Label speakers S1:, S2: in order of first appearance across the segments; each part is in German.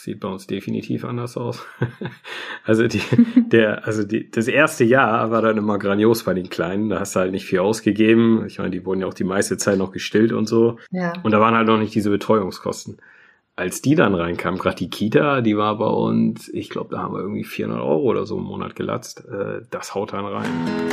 S1: sieht bei uns definitiv anders aus. Also das erste Jahr war dann immer grandios bei den Kleinen. Da hast du halt nicht viel ausgegeben. Ich meine, die wurden ja auch die meiste Zeit noch gestillt und so.
S2: Ja.
S1: Und da waren halt noch nicht diese Betreuungskosten. Als die dann reinkam, gerade die Kita, die war bei uns, ich glaube, da haben wir irgendwie 400 € oder so im Monat gelatzt. Das haut dann rein.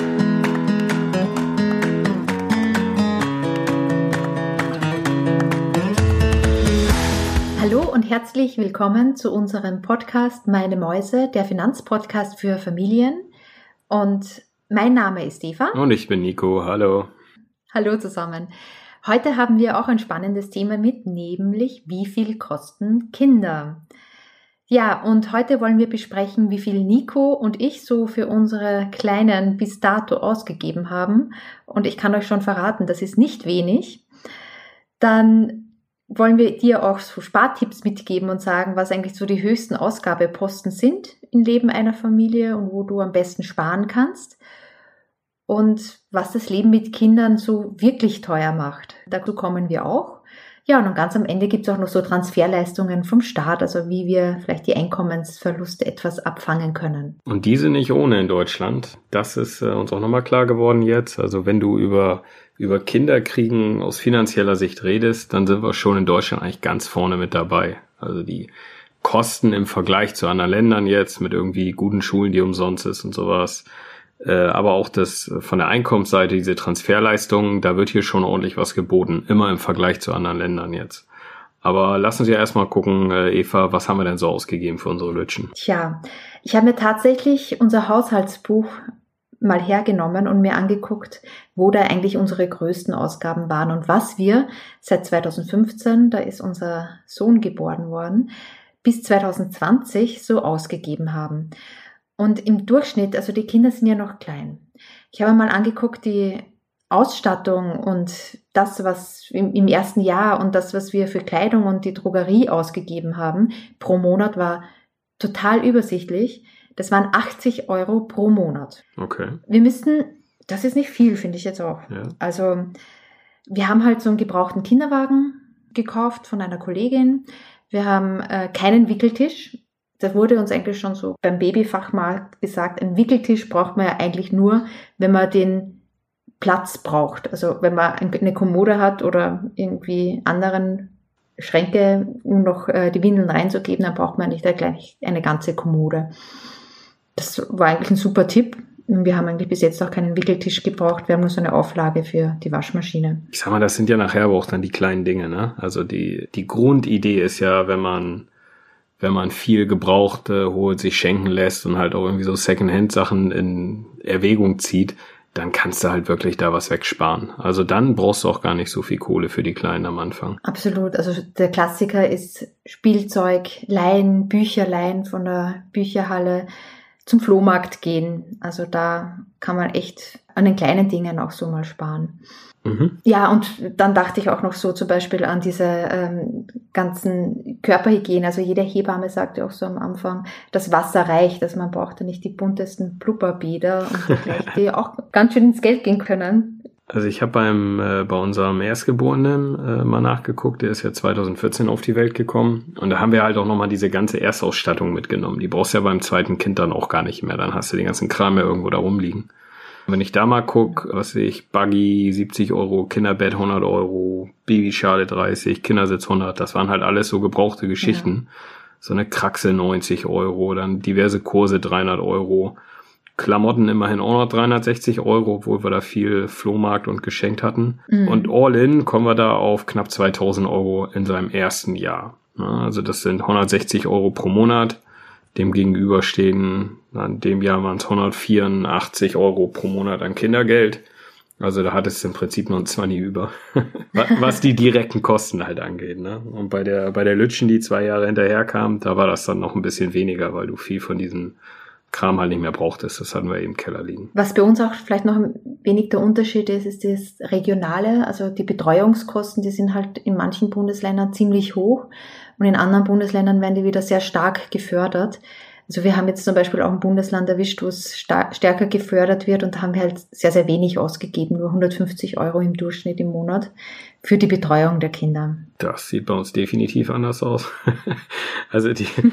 S2: Hallo und herzlich willkommen zu unserem Podcast Meine Mäuse, der Finanzpodcast für Familien. Und mein Name ist Eva.
S1: Und ich bin Nico. Hallo.
S2: Hallo zusammen. Heute haben wir auch ein spannendes Thema mit, nämlich wie viel kosten Kinder? Ja, und heute wollen wir besprechen, wie viel Nico und ich so für unsere Kleinen bis dato ausgegeben haben. Und ich kann euch schon verraten, das ist nicht wenig. Dann wollen wir dir auch so Spartipps mitgeben und sagen, was eigentlich so die höchsten Ausgabeposten sind im Leben einer Familie und wo du am besten sparen kannst. Und was das Leben mit Kindern so wirklich teuer macht. Dazu kommen wir auch. Ja, und ganz am Ende gibt es auch noch so Transferleistungen vom Staat, also wie wir vielleicht die Einkommensverluste etwas abfangen können.
S1: Und diese nicht ohne in Deutschland. Das ist uns auch nochmal klar geworden jetzt. Also wenn du über Kinderkriegen aus finanzieller Sicht redest, dann sind wir schon in Deutschland eigentlich ganz vorne mit dabei. Also die Kosten im Vergleich zu anderen Ländern jetzt mit irgendwie guten Schulen, die umsonst ist und sowas. Aber auch das von der Einkommensseite, diese Transferleistungen, da wird hier schon ordentlich was geboten, immer im Vergleich zu anderen Ländern jetzt. Aber lass uns ja erstmal gucken, Eva, was haben wir denn so ausgegeben für unsere Lütschen?
S2: Tja, ich habe mir tatsächlich unser Haushaltsbuch mal hergenommen und mir angeguckt, wo da eigentlich unsere größten Ausgaben waren und was wir seit 2015, da ist unser Sohn geboren worden, bis 2020 so ausgegeben haben. Und im Durchschnitt, also die Kinder sind ja noch klein. Ich habe mal angeguckt, die Ausstattung und das, was im ersten Jahr und das, was wir für Kleidung und die Drogerie ausgegeben haben, pro Monat war total übersichtlich. Das waren 80 € pro Monat.
S1: Okay.
S2: Das ist nicht viel, finde ich jetzt auch.
S1: Ja.
S2: Also wir haben halt so einen gebrauchten Kinderwagen gekauft von einer Kollegin. Wir haben keinen Wickeltisch. Da wurde uns eigentlich schon so beim Babyfachmarkt gesagt, ein Wickeltisch braucht man ja eigentlich nur, wenn man den Platz braucht. Also wenn man eine Kommode hat oder irgendwie anderen Schränke, um noch die Windeln reinzugeben, dann braucht man nicht gleich eine ganze Kommode. Das war eigentlich ein super Tipp. Wir haben eigentlich bis jetzt auch keinen Wickeltisch gebraucht. Wir haben nur so eine Auflage für die Waschmaschine.
S1: Ich sag mal, das sind ja nachher aber auch dann die kleinen Dinge, ne? Also die Grundidee ist ja, wenn man viel Gebrauchte holt, sich schenken lässt und halt auch irgendwie so Secondhand-Sachen in Erwägung zieht, dann kannst du halt wirklich da was wegsparen. Also dann brauchst du auch gar nicht so viel Kohle für die Kleinen am Anfang.
S2: Absolut. Also der Klassiker ist Spielzeug, leihen, Bücher leihen von der Bücherhalle, zum Flohmarkt gehen. Also da kann man echt an den kleinen Dingen auch so mal sparen.
S1: Mhm.
S2: Ja, und dann dachte ich auch noch so zum Beispiel an diese ganzen Körperhygiene. Also jede Hebamme sagte auch so am Anfang, das Wasser reicht. Also man braucht ja nicht die buntesten Blubberbäder und die auch ganz schön ins Geld gehen können.
S1: Also ich habe bei unserem Erstgeborenen mal nachgeguckt, der ist ja 2014 auf die Welt gekommen und da haben wir halt auch nochmal diese ganze Erstausstattung mitgenommen. Die brauchst du ja beim zweiten Kind dann auch gar nicht mehr, dann hast du den ganzen Kram ja irgendwo da rumliegen. Wenn ich da mal gucke, was sehe ich, Buggy 70 €, Kinderbett 100 €, Babyschale 30, Kindersitz 100, das waren halt alles so gebrauchte Geschichten. Ja. So eine Kraxe 90 €, dann diverse Kurse 300 €, Klamotten immerhin auch noch 360 €, obwohl wir da viel Flohmarkt und geschenkt hatten. Mhm. Und all in kommen wir da auf knapp 2000 € in seinem ersten Jahr. Ja, also das sind 160 € pro Monat. Dem gegenüber stehen, in dem Jahr waren es 184 € pro Monat an Kindergeld. Also da hat es im Prinzip noch ein 20 über, was die direkten Kosten halt angeht. Ne? Und bei der Lütschen, die 2 Jahre hinterher kam, da war das dann noch ein bisschen weniger, weil du viel von diesem Kram halt nicht mehr brauchtest. Das hatten wir eben im Keller liegen.
S2: Was bei uns auch vielleicht noch ein wenig der Unterschied ist das Regionale. Also die Betreuungskosten, die sind halt in manchen Bundesländern ziemlich hoch und in anderen Bundesländern werden die wieder sehr stark gefördert. Also wir haben jetzt zum Beispiel auch ein Bundesland erwischt, wo es stärker gefördert wird und da haben wir halt sehr, sehr wenig ausgegeben, nur 150 Euro im Durchschnitt im Monat für die Betreuung der Kinder.
S1: Das sieht bei uns definitiv anders aus. Also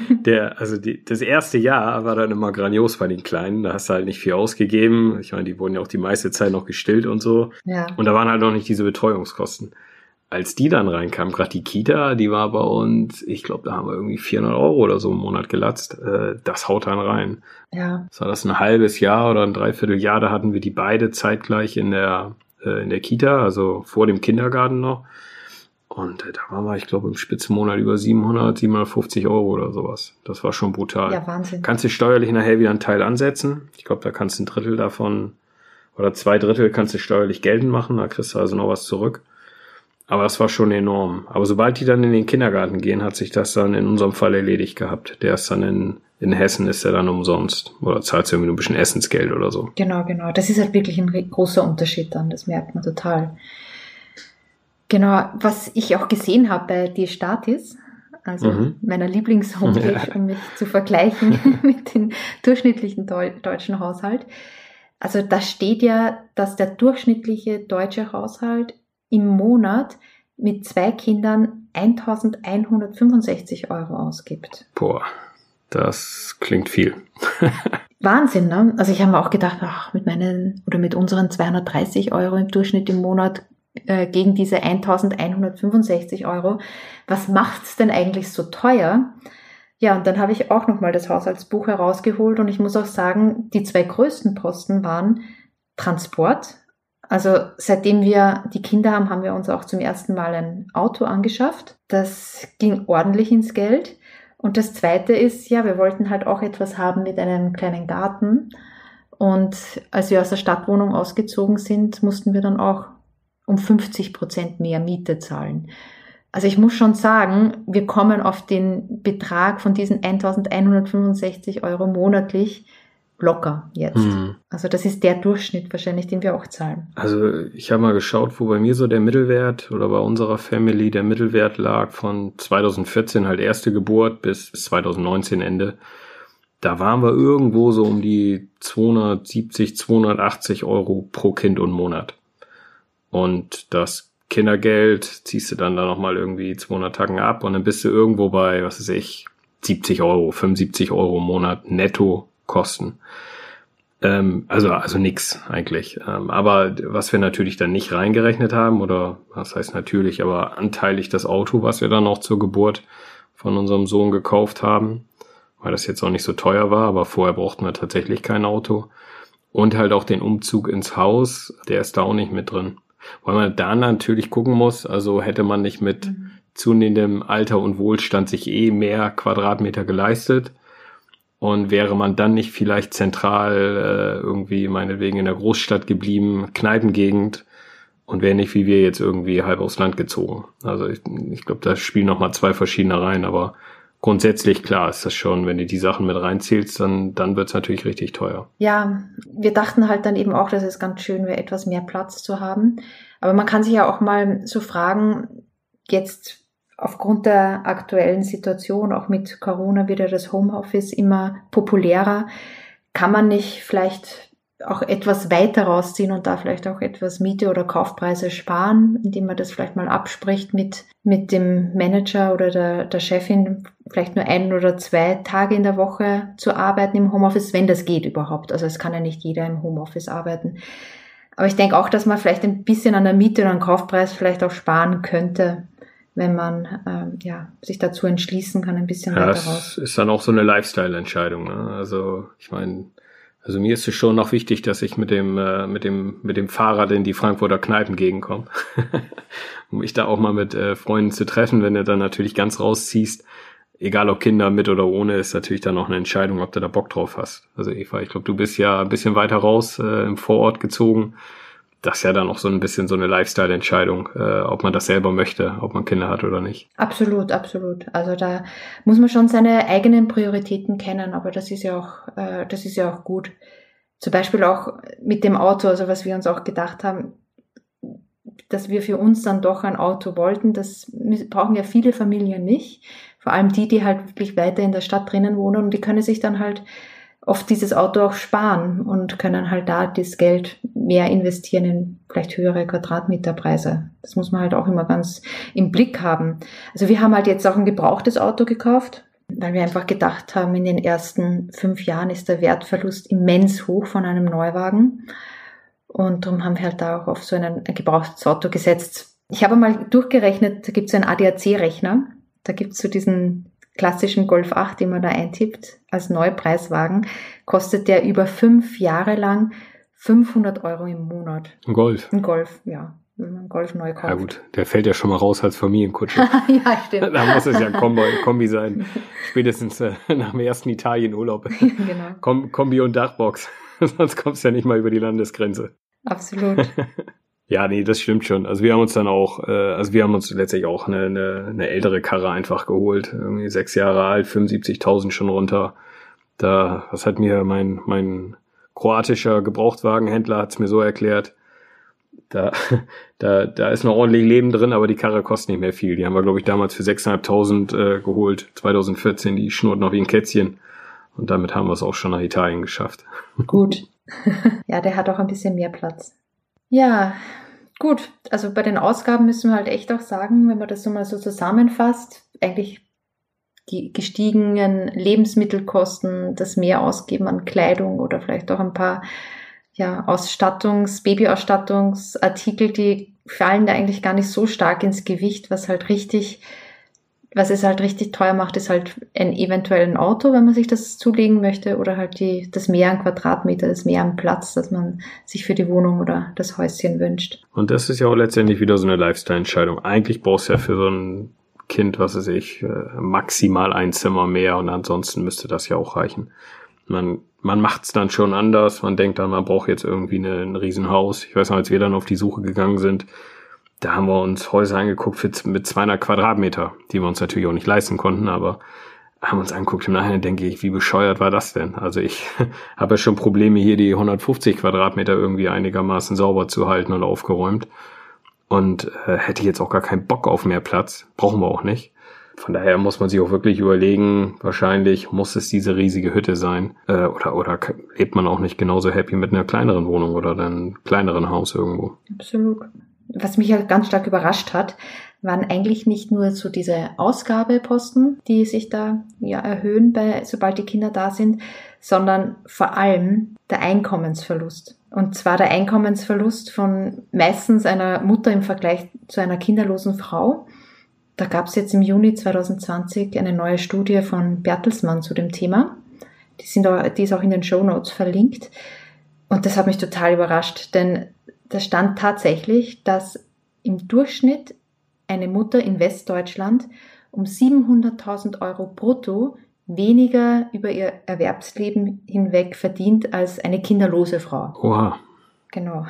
S1: das erste Jahr war dann immer grandios bei den Kleinen. Da hast du halt nicht viel ausgegeben. Ich meine, die wurden ja auch die meiste Zeit noch gestillt und so.
S2: Ja.
S1: Und da waren halt noch nicht diese Betreuungskosten. Als die dann reinkamen, gerade die Kita, die war bei uns, ich glaube, da haben wir irgendwie 400 Euro oder so im Monat gelatzt. Das haut dann rein.
S2: Ja.
S1: Das war das ein halbes Jahr oder ein Dreivierteljahr, da hatten wir die beide zeitgleich in der Kita, also vor dem Kindergarten noch. Und da waren wir, ich glaube, im Spitzenmonat über 750 Euro oder sowas. Das war schon brutal.
S2: Ja, Wahnsinn.
S1: Kannst du steuerlich nachher wieder einen Teil ansetzen. Ich glaube, da kannst du ein Drittel davon oder 2/3 kannst du steuerlich geltend machen. Da kriegst du also noch was zurück. Aber das war schon enorm. Aber sobald die dann in den Kindergarten gehen, hat sich das dann in unserem Fall erledigt gehabt. Der ist dann in Hessen ist der dann umsonst. Oder zahlst du irgendwie ein bisschen Essensgeld oder so.
S2: Genau. Das ist halt wirklich ein großer Unterschied dann. Das merkt man total. Genau, was ich auch gesehen habe bei D-Statis, also meiner Lieblingshomepage, um mich zu vergleichen mit dem durchschnittlichen deutschen Haushalt. Also da steht ja, dass der durchschnittliche deutsche Haushalt im Monat mit 2 Kindern 1.165 Euro ausgibt.
S1: Boah, das klingt viel.
S2: Wahnsinn, ne? Also ich habe mir auch gedacht, mit unseren 230 Euro im Durchschnitt im Monat gegen diese 1.165 Euro, was macht's denn eigentlich so teuer? Ja, und dann habe ich auch nochmal das Haushaltsbuch herausgeholt und ich muss auch sagen, die 2 größten Posten waren Transport. Also seitdem wir die Kinder haben, haben wir uns auch zum ersten Mal ein Auto angeschafft. Das ging ordentlich ins Geld. Und das Zweite ist, ja, wir wollten halt auch etwas haben mit einem kleinen Garten. Und als wir aus der Stadtwohnung ausgezogen sind, mussten wir dann auch um 50% mehr Miete zahlen. Also ich muss schon sagen, wir kommen auf den Betrag von diesen 1.165 Euro monatlich locker jetzt. Also das ist der Durchschnitt wahrscheinlich, den wir auch zahlen.
S1: Also ich habe mal geschaut, wo bei mir so der Mittelwert oder bei unserer Family der Mittelwert lag von 2014 halt erste Geburt bis 2019 Ende. Da waren wir irgendwo so um die 270, 280 Euro pro Kind und Monat. Und das Kindergeld ziehst du dann da nochmal irgendwie 200 Tacken ab und dann bist du irgendwo bei, 70 Euro, 75 Euro im Monat netto Kosten. Also nix eigentlich. Aber was wir natürlich dann nicht reingerechnet haben, oder was heißt natürlich, aber anteilig das Auto, was wir dann noch zur Geburt von unserem Sohn gekauft haben, weil das jetzt auch nicht so teuer war, aber vorher brauchten wir tatsächlich kein Auto. Und halt auch den Umzug ins Haus, der ist da auch nicht mit drin. Weil man da natürlich gucken muss, also hätte man nicht mit zunehmendem Alter und Wohlstand sich mehr Quadratmeter geleistet und wäre man dann nicht vielleicht zentral irgendwie meinetwegen in der Großstadt geblieben, Kneipengegend und wäre nicht wie wir jetzt irgendwie halb aufs Land gezogen. Also ich glaube, da spielen nochmal 2 verschiedene rein, aber grundsätzlich klar ist das schon, wenn du die Sachen mit reinzählst, dann wird's natürlich richtig teuer.
S2: Ja, wir dachten halt dann eben auch, dass es ganz schön wäre, etwas mehr Platz zu haben. Aber man kann sich ja auch mal so fragen, jetzt aufgrund der aktuellen Situation, auch mit Corona wird ja das Homeoffice immer populärer, kann man nicht vielleicht auch etwas weiter rausziehen und da vielleicht auch etwas Miete oder Kaufpreise sparen, indem man das vielleicht mal abspricht mit dem Manager oder der Chefin, vielleicht nur 1 oder 2 Tage in der Woche zu arbeiten im Homeoffice, wenn das geht überhaupt. Also es kann ja nicht jeder im Homeoffice arbeiten. Aber ich denke auch, dass man vielleicht ein bisschen an der Miete oder am Kaufpreis vielleicht auch sparen könnte, wenn man sich dazu entschließen kann, ein bisschen weiter raus.
S1: Das ist dann auch so eine Lifestyle-Entscheidung. Ne? Also ich meine, mir ist es schon noch wichtig, dass ich mit dem Fahrrad in die Frankfurter Kneipengegend komme. Um mich da auch mal mit Freunden zu treffen, wenn du dann natürlich ganz rausziehst. Egal ob Kinder mit oder ohne, ist natürlich dann auch eine Entscheidung, ob du da Bock drauf hast. Also Eva, ich glaube, du bist ja ein bisschen weiter raus im Vorort gezogen. Das ist ja dann auch so ein bisschen so eine Lifestyle-Entscheidung, ob man das selber möchte, ob man Kinder hat oder nicht.
S2: Absolut, absolut. Also da muss man schon seine eigenen Prioritäten kennen, aber das ist ja auch gut. Zum Beispiel auch mit dem Auto, also was wir uns auch gedacht haben, dass wir für uns dann doch ein Auto wollten. Das brauchen ja viele Familien nicht. Vor allem die halt wirklich weiter in der Stadt drinnen wohnen, und die können sich dann halt oft dieses Auto auch sparen und können halt da das Geld mehr investieren in vielleicht höhere Quadratmeterpreise. Das muss man halt auch immer ganz im Blick haben. Also wir haben halt jetzt auch ein gebrauchtes Auto gekauft, weil wir einfach gedacht haben, in den ersten 5 Jahren ist der Wertverlust immens hoch von einem Neuwagen. Und darum haben wir halt da auch auf so ein gebrauchtes Auto gesetzt. Ich habe mal durchgerechnet, da gibt es einen ADAC-Rechner. Da gibt es so diesen klassischen Golf 8, den man da eintippt, als Neupreiswagen, kostet der über 5 Jahre lang 500 € im Monat.
S1: Ein Golf?
S2: Ein Golf, ja. Wenn man einen Golf neu kauft.
S1: Ja gut, der fällt ja schon mal raus als Familienkutsche.
S2: Ja, stimmt.
S1: Da muss es ja ein Kombi sein. Spätestens nach dem ersten Italienurlaub.
S2: Genau.
S1: Kombi und Dachbox. Sonst kommst du ja nicht mal über die Landesgrenze.
S2: Absolut.
S1: Ja, nee, das stimmt schon. Also wir haben uns dann auch, wir haben uns letztlich auch eine ältere Karre einfach geholt. Irgendwie 6 Jahre alt, 75.000 schon runter. Was hat mir mein kroatischer Gebrauchtwagenhändler hat's mir so erklärt. Da ist noch ordentlich Leben drin, aber die Karre kostet nicht mehr viel. Die haben wir, glaube ich, damals für 6.500 geholt. 2014, die schnurrt noch wie ein Kätzchen. Und damit haben wir es auch schon nach Italien geschafft.
S2: Gut. Ja, der hat auch ein bisschen mehr Platz. Ja, gut. Also bei den Ausgaben müssen wir halt echt auch sagen, wenn man das so mal so zusammenfasst, eigentlich die gestiegenen Lebensmittelkosten, das mehr ausgeben an Kleidung oder vielleicht auch ein paar Babyausstattungsartikel, die fallen da eigentlich gar nicht so stark ins Gewicht. Was es halt richtig teuer macht, ist halt eventuell ein Auto, wenn man sich das zulegen möchte, oder halt das Mehr an Quadratmeter, das Mehr an Platz, das man sich für die Wohnung oder das Häuschen wünscht.
S1: Und das ist ja auch letztendlich wieder so eine Lifestyle-Entscheidung. Eigentlich brauchst du ja für so ein Kind, was weiß ich, maximal ein Zimmer mehr, und ansonsten müsste das ja auch reichen. Man macht's dann schon anders. Man denkt dann, man braucht jetzt irgendwie ein Riesenhaus. Ich weiß noch, als wir dann auf die Suche gegangen sind, da haben wir uns Häuser angeguckt mit 200 Quadratmeter, die wir uns natürlich auch nicht leisten konnten, aber haben uns angeguckt. Im Nachhinein denke ich, wie bescheuert war das denn? Also ich habe ja schon Probleme, hier die 150 Quadratmeter irgendwie einigermaßen sauber zu halten und aufgeräumt. Und hätte jetzt auch gar keinen Bock auf mehr Platz. Brauchen wir auch nicht. Von daher muss man sich auch wirklich überlegen, wahrscheinlich muss es diese riesige Hütte sein. Oder lebt man auch nicht genauso happy mit einer kleineren Wohnung oder einem kleineren Haus irgendwo.
S2: Absolut. Was mich halt ganz stark überrascht hat, waren eigentlich nicht nur so diese Ausgabeposten, die sich da erhöhen, sobald die Kinder da sind, sondern vor allem der Einkommensverlust. Und zwar der Einkommensverlust von meistens einer Mutter im Vergleich zu einer kinderlosen Frau. Da gab es jetzt im Juni 2020 eine neue Studie von Bertelsmann zu dem Thema. Die ist auch in den Shownotes verlinkt. Und das hat mich total überrascht, denn da stand tatsächlich, dass im Durchschnitt eine Mutter in Westdeutschland um 700.000 € brutto weniger über ihr Erwerbsleben hinweg verdient als eine kinderlose Frau.
S1: Oha.
S2: Genau.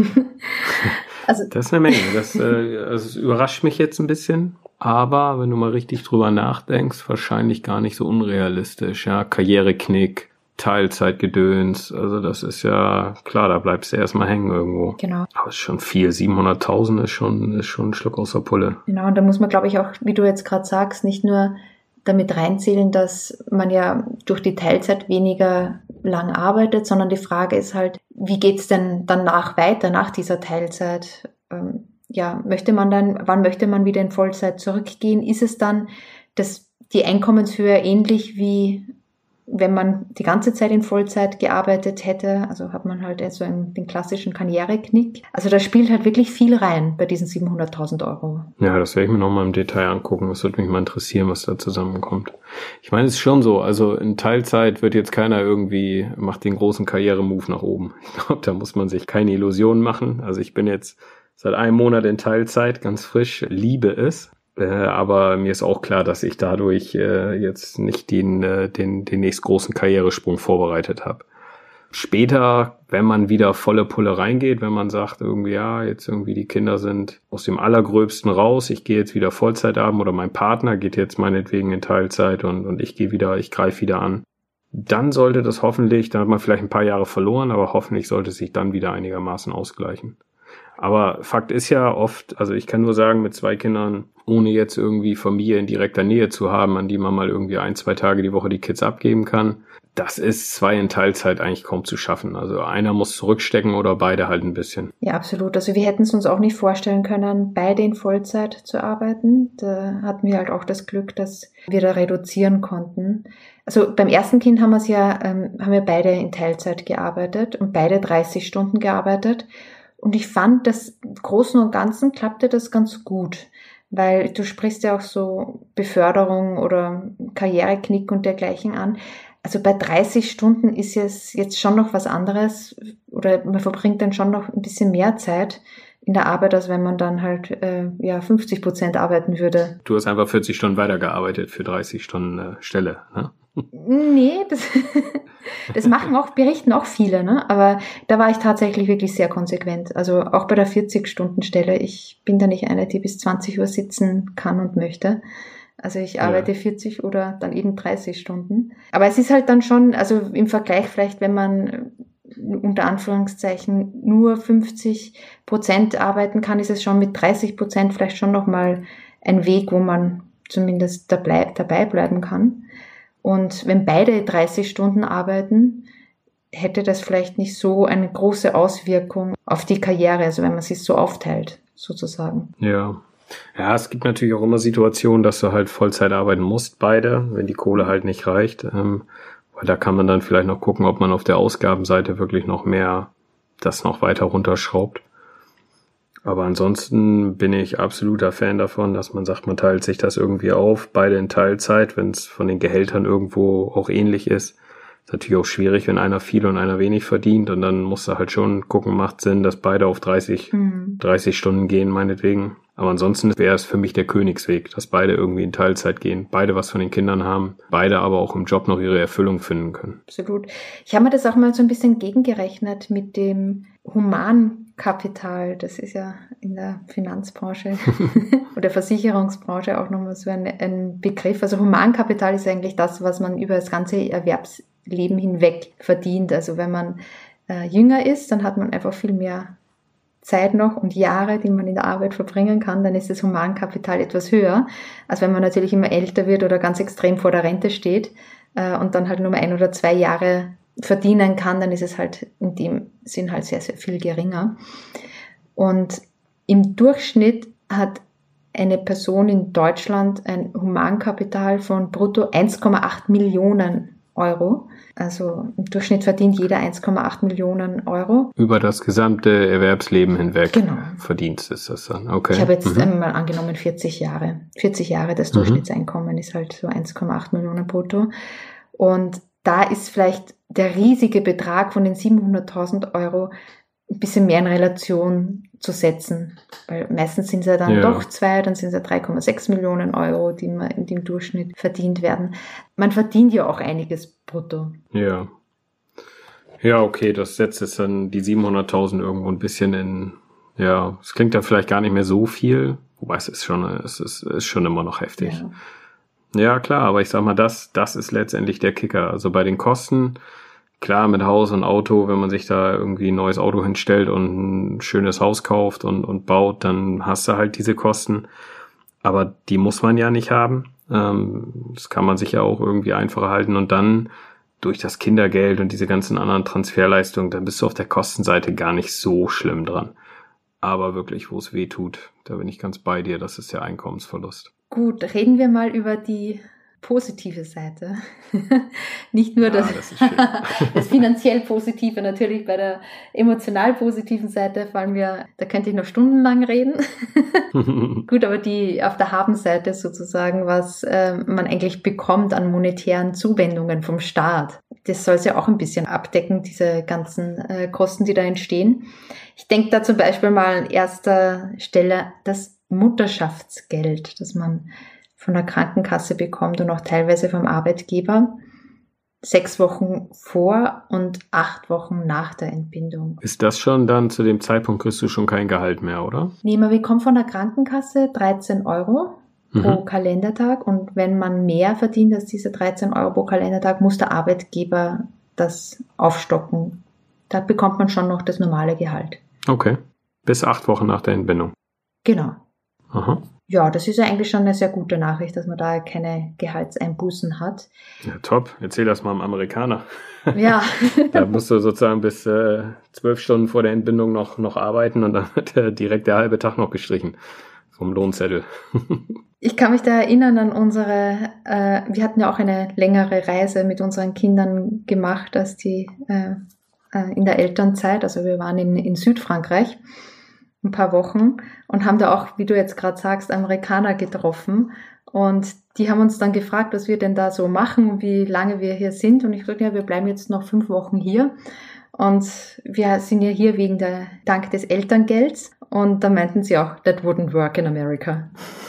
S1: Also, das ist eine Menge. Das überrascht mich jetzt ein bisschen. Aber wenn du mal richtig drüber nachdenkst, wahrscheinlich gar nicht so unrealistisch. Ja, Karriereknick, Teilzeitgedöns, also das ist ja klar, da bleibst du erstmal hängen irgendwo.
S2: Genau.
S1: Aber es ist schon viel, 700.000 ist schon ein Schluck aus der Pulle.
S2: Genau, und da muss man, glaube ich, auch, wie du jetzt gerade sagst, nicht nur damit reinzählen, dass man ja durch die Teilzeit weniger lang arbeitet, sondern die Frage ist halt, wie geht's denn danach weiter, nach dieser Teilzeit? Wann möchte man wieder in Vollzeit zurückgehen? Ist es dann die Einkommenshöhe ähnlich wie wenn man die ganze Zeit in Vollzeit gearbeitet hätte? Also hat man halt so den klassischen Karriereknick. Also da spielt halt wirklich viel rein bei diesen 700.000 €. Ja,
S1: das werde ich mir nochmal im Detail angucken. Das würde mich mal interessieren, was da zusammenkommt. Ich meine, es ist schon so, also in Teilzeit wird jetzt keiner macht den großen Karrieremove nach oben. Ich glaube, da muss man sich keine Illusionen machen. Also ich bin jetzt seit einem Monat in Teilzeit, ganz frisch, liebe es. Aber mir ist auch klar, dass ich dadurch jetzt nicht den nächst großen Karrieresprung vorbereitet habe. Später, wenn man wieder volle Pulle reingeht, wenn man sagt, jetzt die Kinder sind aus dem Allergröbsten raus, ich gehe jetzt wieder Vollzeit arbeiten oder mein Partner geht jetzt meinetwegen in Teilzeit und ich greife wieder an, dann sollte das dann hat man vielleicht ein paar Jahre verloren, aber hoffentlich sollte es sich dann wieder einigermaßen ausgleichen. Aber Fakt ist ja oft, also ich kann nur sagen, mit 2 Kindern, ohne jetzt irgendwie Familie in direkter Nähe zu haben, an die man mal irgendwie 1-2 Tage die Woche die Kids abgeben kann, das ist 2 in Teilzeit eigentlich kaum zu schaffen. Also einer muss zurückstecken oder beide halt ein bisschen.
S2: Ja, absolut. Also wir hätten es uns auch nicht vorstellen können, beide in Vollzeit zu arbeiten. Da hatten wir halt auch das Glück, dass wir da reduzieren konnten. Also beim ersten Kind haben wir beide in Teilzeit gearbeitet und beide 30 Stunden gearbeitet. Und ich fand, dass im Großen und Ganzen klappte das ganz gut, weil du sprichst ja auch so Beförderung oder Karriereknick und dergleichen an. Also bei 30 Stunden ist es jetzt schon noch was anderes oder man verbringt dann schon noch ein bisschen mehr Zeit in der Arbeit, als wenn man dann halt 50% arbeiten würde.
S1: Du hast einfach 40 Stunden weitergearbeitet für 30 Stunden Stelle, ne?
S2: Nee, das berichten auch viele, ne? Aber da war ich tatsächlich wirklich sehr konsequent. Also auch bei der 40-Stunden-Stelle, ich bin da nicht eine, die bis 20 Uhr sitzen kann und möchte. Also ich arbeite 40 oder dann eben 30 Stunden. Aber es ist halt dann schon, also im Vergleich vielleicht, wenn man unter Anführungszeichen nur 50% arbeiten kann, ist es schon mit 30% vielleicht schon nochmal ein Weg, wo man zumindest dabei bleiben kann. Und wenn beide 30 Stunden arbeiten, hätte das vielleicht nicht so eine große Auswirkung auf die Karriere, also wenn man sich so aufteilt, sozusagen.
S1: Ja. Ja, es gibt natürlich auch immer Situationen, dass du halt Vollzeit arbeiten musst, beide, wenn die Kohle halt nicht reicht. Weil da kann man dann vielleicht noch gucken, ob man auf der Ausgabenseite wirklich noch mehr das noch weiter runterschraubt. Aber ansonsten bin ich absoluter Fan davon, dass man sagt, man teilt sich das irgendwie auf, beide in Teilzeit, wenn es von den Gehältern irgendwo auch ähnlich ist. Ist natürlich auch schwierig, wenn einer viel und einer wenig verdient und dann musst du halt schon gucken, macht Sinn, dass beide auf 30 Stunden gehen, meinetwegen. Aber ansonsten wäre es für mich der Königsweg, dass beide irgendwie in Teilzeit gehen, beide was von den Kindern haben, beide aber auch im Job noch ihre Erfüllung finden können.
S2: Absolut. Ich habe mir das auch mal so ein bisschen gegengerechnet mit dem Humankapital. Das ist ja in der Finanzbranche oder Versicherungsbranche auch nochmal so ein Begriff. Also Humankapital ist eigentlich das, was man über das ganze Erwerbsleben hinweg verdient. Also wenn man jünger ist, dann hat man einfach viel mehr Zeit noch und Jahre, die man in der Arbeit verbringen kann, dann ist das Humankapital etwas höher, als wenn man natürlich immer älter wird oder ganz extrem vor der Rente steht und dann halt nur 1 oder 2 Jahre verdienen kann, dann ist es halt in dem Sinn halt sehr, sehr viel geringer. Und im Durchschnitt hat eine Person in Deutschland ein Humankapital von brutto 1,8 Millionen Euro. Also im Durchschnitt verdient jeder 1,8 Millionen Euro.
S1: Über das gesamte Erwerbsleben hinweg Verdienst ist das dann. Okay.
S2: Ich habe jetzt einmal angenommen 40 Jahre. 40 Jahre das Durchschnittseinkommen ist halt so 1,8 Millionen brutto. Und da ist vielleicht der riesige Betrag von den 700.000 Euro ein bisschen mehr in Relation zu setzen. Weil meistens sind es ja dann doch 2, dann sind es ja 3,6 Millionen Euro, die in dem Durchschnitt verdient werden. Man verdient ja auch einiges brutto.
S1: Ja. Ja, okay, das setzt jetzt dann die 700.000 irgendwo ein bisschen in, es klingt dann vielleicht gar nicht mehr so viel, wobei es ist schon immer noch heftig. Ja, klar, aber ich sag mal, das ist letztendlich der Kicker. Also bei den Kosten, klar, mit Haus und Auto, wenn man sich da irgendwie ein neues Auto hinstellt und ein schönes Haus kauft und baut, dann hast du halt diese Kosten. Aber die muss man ja nicht haben. Das kann man sich ja auch irgendwie einfacher halten. Und dann durch das Kindergeld und diese ganzen anderen Transferleistungen, dann bist du auf der Kostenseite gar nicht so schlimm dran. Aber wirklich, wo es weh tut, da bin ich ganz bei dir, das ist der Einkommensverlust.
S2: Gut, reden wir mal über die positive Seite. Nicht nur das finanziell Positive, natürlich bei der emotional positiven Seite da könnte ich noch stundenlang reden. Gut, aber auf der Habenseite sozusagen, was man eigentlich bekommt an monetären Zuwendungen vom Staat. Das soll es ja auch ein bisschen abdecken, diese ganzen Kosten, die da entstehen. Ich denke da zum Beispiel mal an erster Stelle das Mutterschaftsgeld, das man von der Krankenkasse bekommt und auch teilweise vom Arbeitgeber. 6 Wochen vor und 8 Wochen nach der Entbindung.
S1: Ist das schon dann, zu dem Zeitpunkt kriegst du schon kein Gehalt mehr, oder?
S2: Nee, man bekommt von der Krankenkasse 13 Euro pro Kalendertag und wenn man mehr verdient als diese 13 Euro pro Kalendertag, muss der Arbeitgeber das aufstocken. Da bekommt man schon noch das normale Gehalt.
S1: Okay. Bis 8 Wochen nach der Entbindung.
S2: Genau.
S1: Aha.
S2: Ja, das ist ja eigentlich schon eine sehr gute Nachricht, dass man da keine Gehaltseinbußen hat.
S1: Ja, top. Erzähl das mal einem Amerikaner.
S2: Ja.
S1: Da musst du sozusagen bis 12 Stunden vor der Entbindung noch arbeiten und dann wird direkt der halbe Tag noch gestrichen vom Lohnzettel.
S2: Ich kann mich da erinnern an wir hatten ja auch eine längere Reise mit unseren Kindern gemacht als die in der Elternzeit. Also wir waren in Südfrankreich ein paar Wochen und haben da auch, wie du jetzt gerade sagst, Amerikaner getroffen. Und die haben uns dann gefragt, was wir denn da so machen und wie lange wir hier sind. Und ich sagte, ja, wir bleiben jetzt noch 5 Wochen hier. Und wir sind ja hier dank des Elterngelds. Und da meinten sie auch, that wouldn't work in America.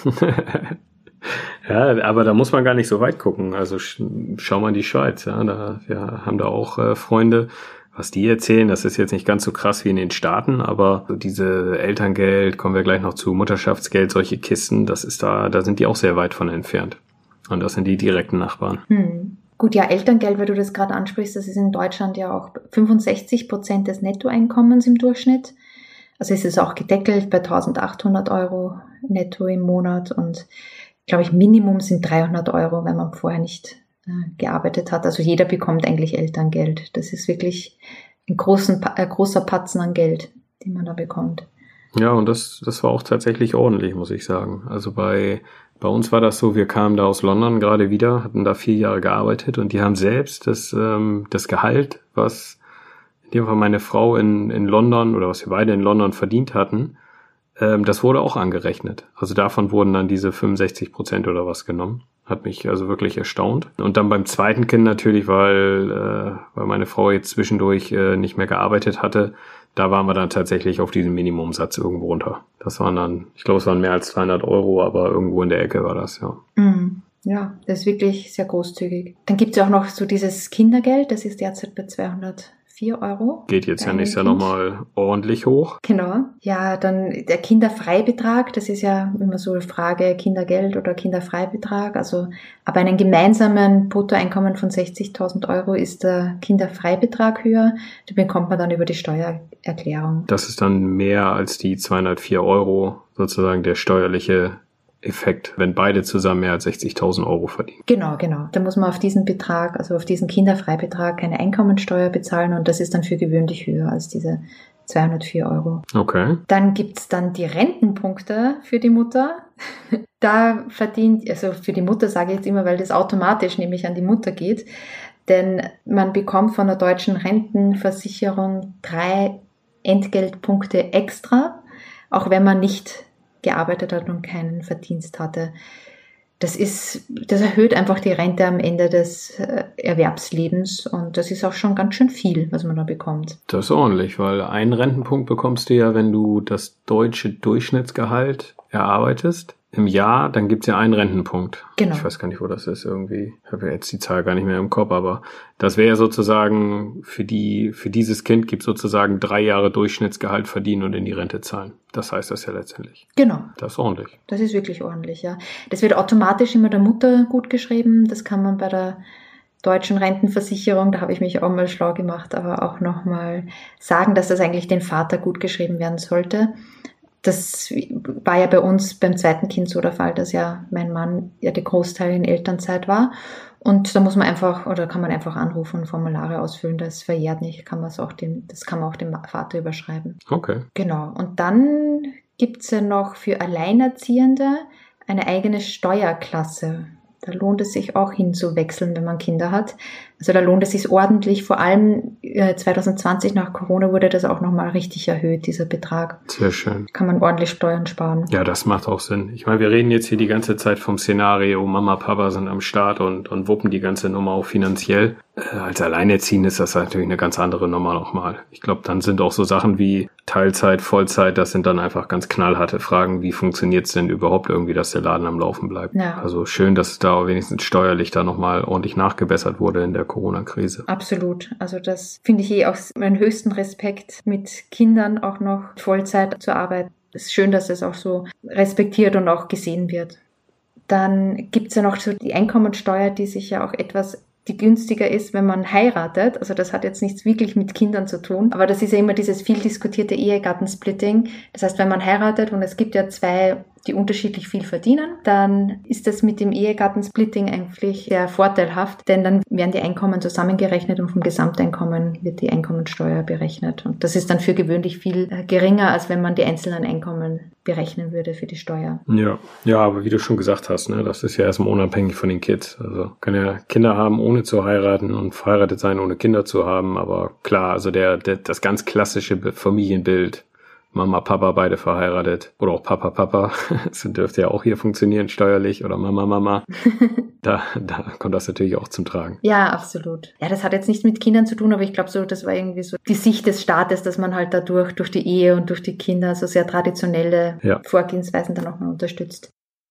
S1: Ja, aber da muss man gar nicht so weit gucken. Also schau mal in die Schweiz. Ja, wir haben da auch Freunde. Was die erzählen, das ist jetzt nicht ganz so krass wie in den Staaten, aber so diese Elterngeld, kommen wir gleich noch zu, Mutterschaftsgeld, solche Kisten, da sind die auch sehr weit von entfernt. Und das sind die direkten Nachbarn.
S2: Gut, ja, Elterngeld, weil du das gerade ansprichst, das ist in Deutschland ja auch 65% des Nettoeinkommens im Durchschnitt. Also es ist auch gedeckelt bei 1.800 Euro netto im Monat und, glaube ich, Minimum sind 300 Euro, wenn man vorher nicht gearbeitet hat. Also jeder bekommt eigentlich Elterngeld. Das ist wirklich ein großer Patzen an Geld, den man da bekommt.
S1: Ja, und das war auch tatsächlich ordentlich, muss ich sagen. Also bei uns war das so, wir kamen da aus London gerade wieder, hatten da 4 Jahre gearbeitet und die haben selbst das Gehalt, was in dem Fall meine Frau in London oder was wir beide in London verdient hatten, das wurde auch angerechnet. Also davon wurden dann diese 65% oder was genommen. Hat mich also wirklich erstaunt. Und dann beim zweiten Kind natürlich, weil meine Frau jetzt zwischendurch nicht mehr gearbeitet hatte, da waren wir dann tatsächlich auf diesen Minimumsatz irgendwo runter. Das waren dann, ich glaube, es waren mehr als 200 Euro, aber irgendwo in der Ecke war das, ja.
S2: Ja, das ist wirklich sehr großzügig. Dann gibt es ja auch noch so dieses Kindergeld, das ist derzeit bei 204 Euro.
S1: Geht jetzt ja nächstes Jahr nochmal ordentlich hoch.
S2: Genau. Ja, dann der Kinderfreibetrag, das ist ja immer so eine Frage, Kindergeld oder Kinderfreibetrag. Also ab einem gemeinsamen Bruttoeinkommen von 60.000 Euro ist der Kinderfreibetrag höher. Den bekommt man dann über die Steuererklärung.
S1: Das ist dann mehr als die 204 Euro, sozusagen der steuerliche Effekt, wenn beide zusammen mehr als 60.000 Euro verdienen.
S2: Genau. Da muss man auf diesen Betrag, also auf diesen Kinderfreibetrag, keine Einkommensteuer bezahlen und das ist dann für gewöhnlich höher als diese 204 Euro.
S1: Okay.
S2: Dann gibt's dann die Rentenpunkte für die Mutter. Da verdient, also für die Mutter sage ich jetzt immer, weil das automatisch nämlich an die Mutter geht, denn man bekommt von der deutschen Rentenversicherung 3 Entgeltpunkte extra, auch wenn man nicht gearbeitet hat und keinen Verdienst hatte. Das erhöht einfach die Rente am Ende des Erwerbslebens und das ist auch schon ganz schön viel, was man da bekommt.
S1: Das ist ordentlich, weil einen Rentenpunkt bekommst du ja, wenn du das deutsche Durchschnittsgehalt erarbeitest. Im Jahr, dann gibt's ja einen Rentenpunkt.
S2: Genau.
S1: Ich weiß gar nicht, wo das ist irgendwie. Ich habe ja jetzt die Zahl gar nicht mehr im Kopf, aber das wäre ja sozusagen für dieses Kind gibt sozusagen 3 Jahre Durchschnittsgehalt verdienen und in die Rente zahlen. Das heißt das ja letztendlich.
S2: Genau.
S1: Das ist ordentlich.
S2: Das ist wirklich ordentlich, ja. Das wird automatisch immer der Mutter gut geschrieben. Das kann man bei der deutschen Rentenversicherung, da habe ich mich auch mal schlau gemacht, aber auch nochmal sagen, dass das eigentlich den Vater gut geschrieben werden sollte. Das war ja bei uns beim zweiten Kind so der Fall, dass ja mein Mann ja der Großteil in Elternzeit war. Und da muss man kann man einfach anrufen und Formulare ausfüllen. Das verjährt nicht, das kann man auch dem Vater überschreiben.
S1: Okay.
S2: Genau. Und dann gibt's ja noch für Alleinerziehende eine eigene Steuerklasse. Da lohnt es sich auch hinzuwechseln, wenn man Kinder hat. Also da lohnt es sich ordentlich. Vor allem 2020 nach Corona wurde das auch nochmal richtig erhöht, dieser Betrag.
S1: Sehr schön.
S2: Kann man ordentlich Steuern sparen.
S1: Ja, das macht auch Sinn. Ich meine, wir reden jetzt hier die ganze Zeit vom Szenario, Mama, Papa sind am Start und wuppen die ganze Nummer auch finanziell. Als Alleinerziehende ist das natürlich eine ganz andere Nummer nochmal. Ich glaube, dann sind auch so Sachen wie Teilzeit, Vollzeit, das sind dann einfach ganz knallharte Fragen. Wie funktioniert es denn überhaupt irgendwie, dass der Laden am Laufen bleibt?
S2: Ja.
S1: Also schön, dass es da wenigstens steuerlich da nochmal ordentlich nachgebessert wurde in der Corona-Krise.
S2: Absolut. Also das finde ich auch meinen höchsten Respekt, mit Kindern auch noch Vollzeit zu arbeiten. Es ist schön, dass es auch so respektiert und auch gesehen wird. Dann gibt es ja noch so die Einkommensteuer, die sich ja auch etwas die günstiger ist, wenn man heiratet. Also das hat jetzt nichts wirklich mit Kindern zu tun. Aber das ist ja immer dieses viel diskutierte Ehegattensplitting. Das heißt, wenn man heiratet und es gibt ja zwei, die unterschiedlich viel verdienen, dann ist das mit dem Ehegattensplitting eigentlich sehr vorteilhaft, denn dann werden die Einkommen zusammengerechnet und vom Gesamteinkommen wird die Einkommensteuer berechnet. Und das ist dann für gewöhnlich viel geringer, als wenn man die einzelnen Einkommen berechnen würde für die Steuer.
S1: Ja, aber wie du schon gesagt hast, ne, das ist ja erstmal unabhängig von den Kids. Also kann ja Kinder haben, ohne zu heiraten und verheiratet sein, ohne Kinder zu haben. Aber klar, also das ganz klassische Familienbild, Mama, Papa, beide verheiratet. Oder auch Papa, Papa. Das dürfte ja auch hier funktionieren, steuerlich. Oder Mama, Mama. Da kommt das natürlich auch zum Tragen.
S2: Ja, absolut. Ja, das hat jetzt nichts mit Kindern zu tun, aber ich glaube so, das war irgendwie so die Sicht des Staates, dass man halt dadurch, durch die Ehe und durch die Kinder so sehr traditionelle Vorgehensweisen dann auch mal unterstützt.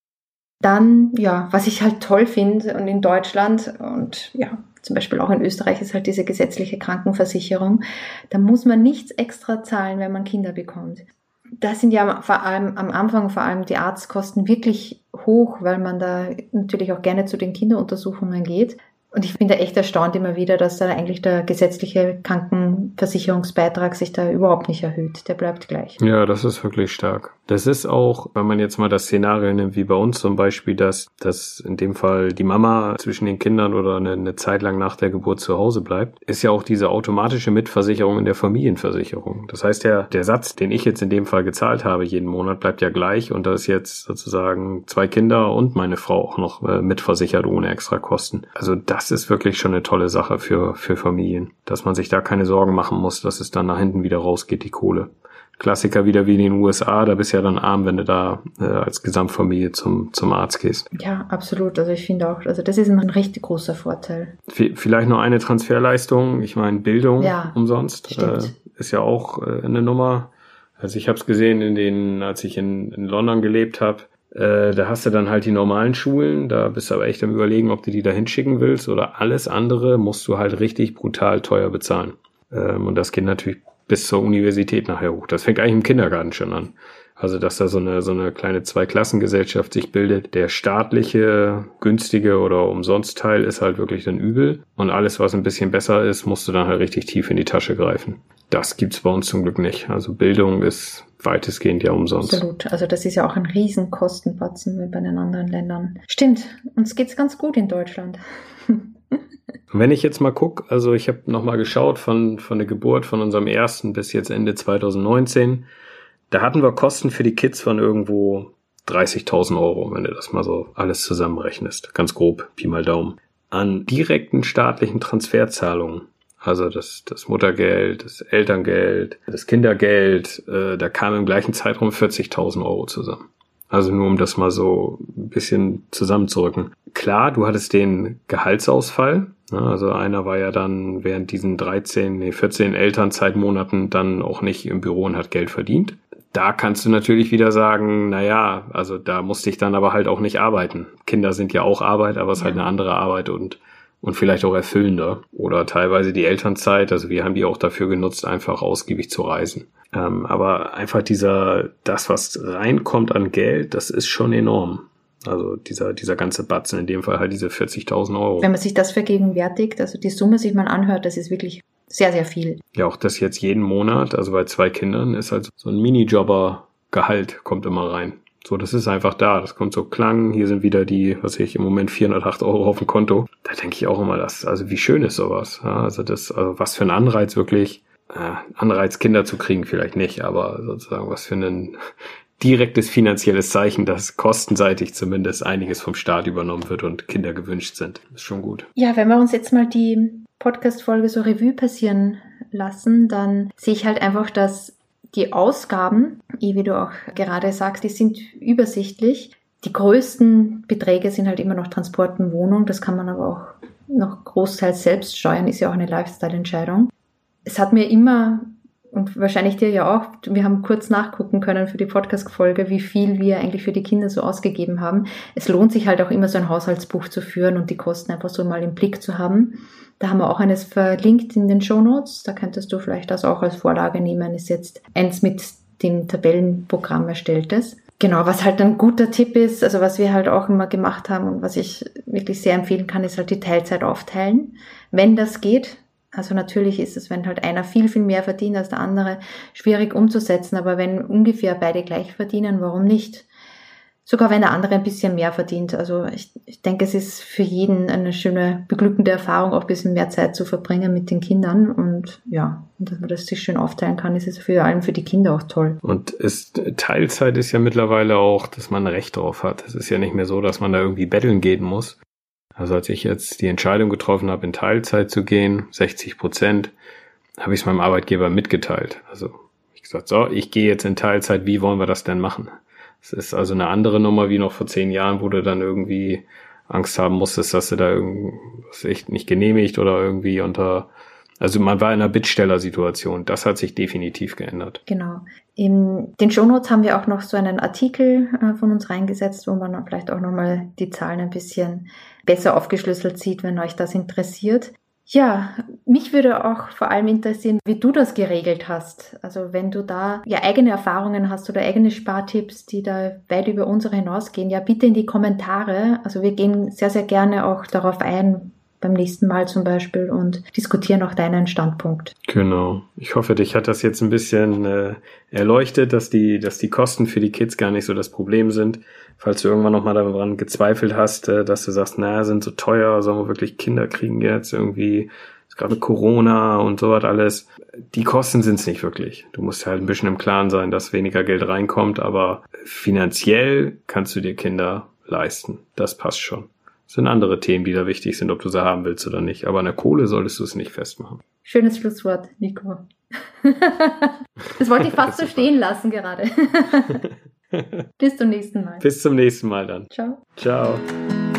S2: Dann, ja, was ich halt toll finde und in Deutschland und ja, zum Beispiel auch in Österreich ist halt diese gesetzliche Krankenversicherung. Da muss man nichts extra zahlen, wenn man Kinder bekommt. Da sind ja vor allem am Anfang die Arztkosten wirklich hoch, weil man da natürlich auch gerne zu den Kinderuntersuchungen geht. Und ich bin da echt erstaunt immer wieder, dass da eigentlich der gesetzliche Krankenversicherungsbeitrag sich da überhaupt nicht erhöht. Der bleibt gleich.
S1: Ja, das ist wirklich stark. Das ist auch, wenn man jetzt mal das Szenario nimmt, wie bei uns zum Beispiel, dass in dem Fall die Mama zwischen den Kindern oder eine Zeit lang nach der Geburt zu Hause bleibt, ist ja auch diese automatische Mitversicherung in der Familienversicherung. Das heißt, der Satz, den ich jetzt in dem Fall gezahlt habe jeden Monat, bleibt ja gleich und da ist jetzt sozusagen 2 Kinder und meine Frau auch noch mitversichert ohne extra Kosten. Also das ist wirklich schon eine tolle Sache für Familien, dass man sich da keine Sorgen machen muss, dass es dann nach hinten wieder rausgeht, die Kohle. Klassiker wieder wie in den USA, da bist du ja dann arm, wenn du da als Gesamtfamilie zum Arzt gehst.
S2: Ja, absolut. Also ich finde auch, also das ist ein richtig großer Vorteil.
S1: Vielleicht noch eine Transferleistung, ich meine Bildung umsonst, ist ja auch eine Nummer. Also ich habe es gesehen, als ich in London gelebt habe, da hast du dann halt die normalen Schulen, da bist du aber echt am Überlegen, ob du die da hinschicken willst oder alles andere musst du halt richtig brutal teuer bezahlen. Und das geht natürlich bis zur Universität nachher hoch. Das fängt eigentlich im Kindergarten schon an. Also, dass da so eine kleine Zweiklassengesellschaft sich bildet. Der staatliche, günstige oder umsonst Teil ist halt wirklich dann übel. Und alles, was ein bisschen besser ist, musst du dann halt richtig tief in die Tasche greifen. Das gibt's bei uns zum Glück nicht. Also Bildung ist weitestgehend ja umsonst.
S2: Absolut. Also das ist ja auch ein riesen Kostenbatzen wie bei den anderen Ländern. Stimmt. Uns geht's ganz gut in Deutschland.
S1: Wenn ich jetzt mal gucke, also ich habe nochmal geschaut von der Geburt von unserem ersten bis jetzt Ende 2019, da hatten wir Kosten für die Kids von irgendwo 30.000 Euro, wenn du das mal so alles zusammenrechnest. Ganz grob, Pi mal Daumen. An direkten staatlichen Transferzahlungen, also das Muttergeld, das Elterngeld, das Kindergeld, da kamen im gleichen Zeitraum 40.000 Euro zusammen. Also nur um das mal so ein bisschen zusammenzurücken. Klar, du hattest den Gehaltsausfall. Also einer war ja dann während diesen 14 Elternzeitmonaten dann auch nicht im Büro und hat Geld verdient. Da kannst du natürlich wieder sagen, naja, also da musste ich dann aber halt auch nicht arbeiten. Kinder sind ja auch Arbeit, aber es ist halt eine andere Arbeit und vielleicht auch erfüllender. Oder teilweise die Elternzeit, also wir haben die auch dafür genutzt, einfach ausgiebig zu reisen. Aber einfach das, was reinkommt an Geld, das ist schon enorm. Also dieser ganze Batzen, in dem Fall halt diese 40.000 Euro.
S2: Wenn man sich das vergegenwärtigt, also die Summe sich mal anhört, das ist wirklich sehr, sehr viel.
S1: Ja, auch das jetzt jeden Monat, also bei 2 Kindern, ist halt so ein Minijobber-Gehalt kommt immer rein. So, das ist einfach da. Das kommt so Klang. Hier sind wieder im Moment 408 Euro auf dem Konto. Da denke ich auch immer, also wie schön ist sowas. Ja, also was für ein Anreiz wirklich, Anreiz Kinder zu kriegen vielleicht nicht, aber sozusagen was für ein direktes finanzielles Zeichen, dass kostenseitig zumindest einiges vom Staat übernommen wird und Kinder gewünscht sind. Das ist schon gut.
S2: Ja, wenn wir uns jetzt mal die Podcast-Folge so Revue passieren lassen, dann sehe ich halt einfach, dass die Ausgaben, wie du auch gerade sagst, die sind übersichtlich. Die größten Beträge sind halt immer noch Transport und Wohnung. Das kann man aber auch noch großteils selbst steuern, ist ja auch eine Lifestyle-Entscheidung. Es hat mir immer, und wahrscheinlich dir ja auch, wir haben kurz nachgucken können für die Podcast-Folge, wie viel wir eigentlich für die Kinder so ausgegeben haben. Es lohnt sich halt auch immer so ein Haushaltsbuch zu führen und die Kosten einfach so mal im Blick zu haben. Da haben wir auch eines verlinkt in den Shownotes. Da könntest du vielleicht das auch als Vorlage nehmen. Ist jetzt eins mit dem Tabellenprogramm erstelltes. Genau, was halt ein guter Tipp ist, also was wir halt auch immer gemacht haben und was ich wirklich sehr empfehlen kann, ist halt die Teilzeit aufteilen, wenn das geht. Also natürlich ist es, wenn halt einer viel, viel mehr verdient als der andere, schwierig umzusetzen, aber wenn ungefähr beide gleich verdienen, warum nicht? Sogar wenn der andere ein bisschen mehr verdient. Also ich denke, es ist für jeden eine schöne, beglückende Erfahrung, auch ein bisschen mehr Zeit zu verbringen mit den Kindern. Und ja, dass man das sich schön aufteilen kann, ist es vor allem für die Kinder auch toll.
S1: Und Teilzeit ist ja mittlerweile auch, dass man ein Recht drauf hat. Es ist ja nicht mehr so, dass man da irgendwie betteln gehen muss. Also als ich jetzt die Entscheidung getroffen habe, in Teilzeit zu gehen, 60%, habe ich es meinem Arbeitgeber mitgeteilt. Also ich gesagt, so, ich gehe jetzt in Teilzeit, wie wollen wir das denn machen? Es ist also eine andere Nummer wie noch vor 10 Jahren, wo du dann irgendwie Angst haben musstest, dass du da irgendwas echt nicht genehmigt oder irgendwie also man war in einer Bittstellersituation. Das hat sich definitiv geändert.
S2: Genau. In den Shownotes haben wir auch noch so einen Artikel von uns reingesetzt, wo man dann vielleicht auch nochmal die Zahlen ein bisschen besser aufgeschlüsselt sieht, wenn euch das interessiert. Ja, mich würde auch vor allem interessieren, wie du das geregelt hast. Also wenn du da ja eigene Erfahrungen hast oder eigene Spartipps, die da weit über unsere hinausgehen, ja bitte in die Kommentare. Also wir gehen sehr, sehr gerne auch darauf ein, beim nächsten Mal zum Beispiel, und diskutieren auch deinen Standpunkt.
S1: Genau. Ich hoffe, dich hat das jetzt ein bisschen erleuchtet, dass die Kosten für die Kids gar nicht so das Problem sind. Falls du irgendwann nochmal daran gezweifelt hast, dass du sagst, sind so teuer, sollen wir wirklich Kinder kriegen jetzt irgendwie, ist gerade Corona und sowas alles. Die Kosten sind es nicht wirklich. Du musst halt ein bisschen im Klaren sein, dass weniger Geld reinkommt, aber finanziell kannst du dir Kinder leisten. Das passt schon. Es sind andere Themen, die da wichtig sind, ob du sie haben willst oder nicht. Aber an der Kohle solltest du es nicht festmachen.
S2: Schönes Schlusswort, Nico. Das wollte ich fast so stehen lassen gerade. Bis zum nächsten Mal.
S1: Bis zum nächsten Mal dann.
S2: Ciao.
S1: Ciao.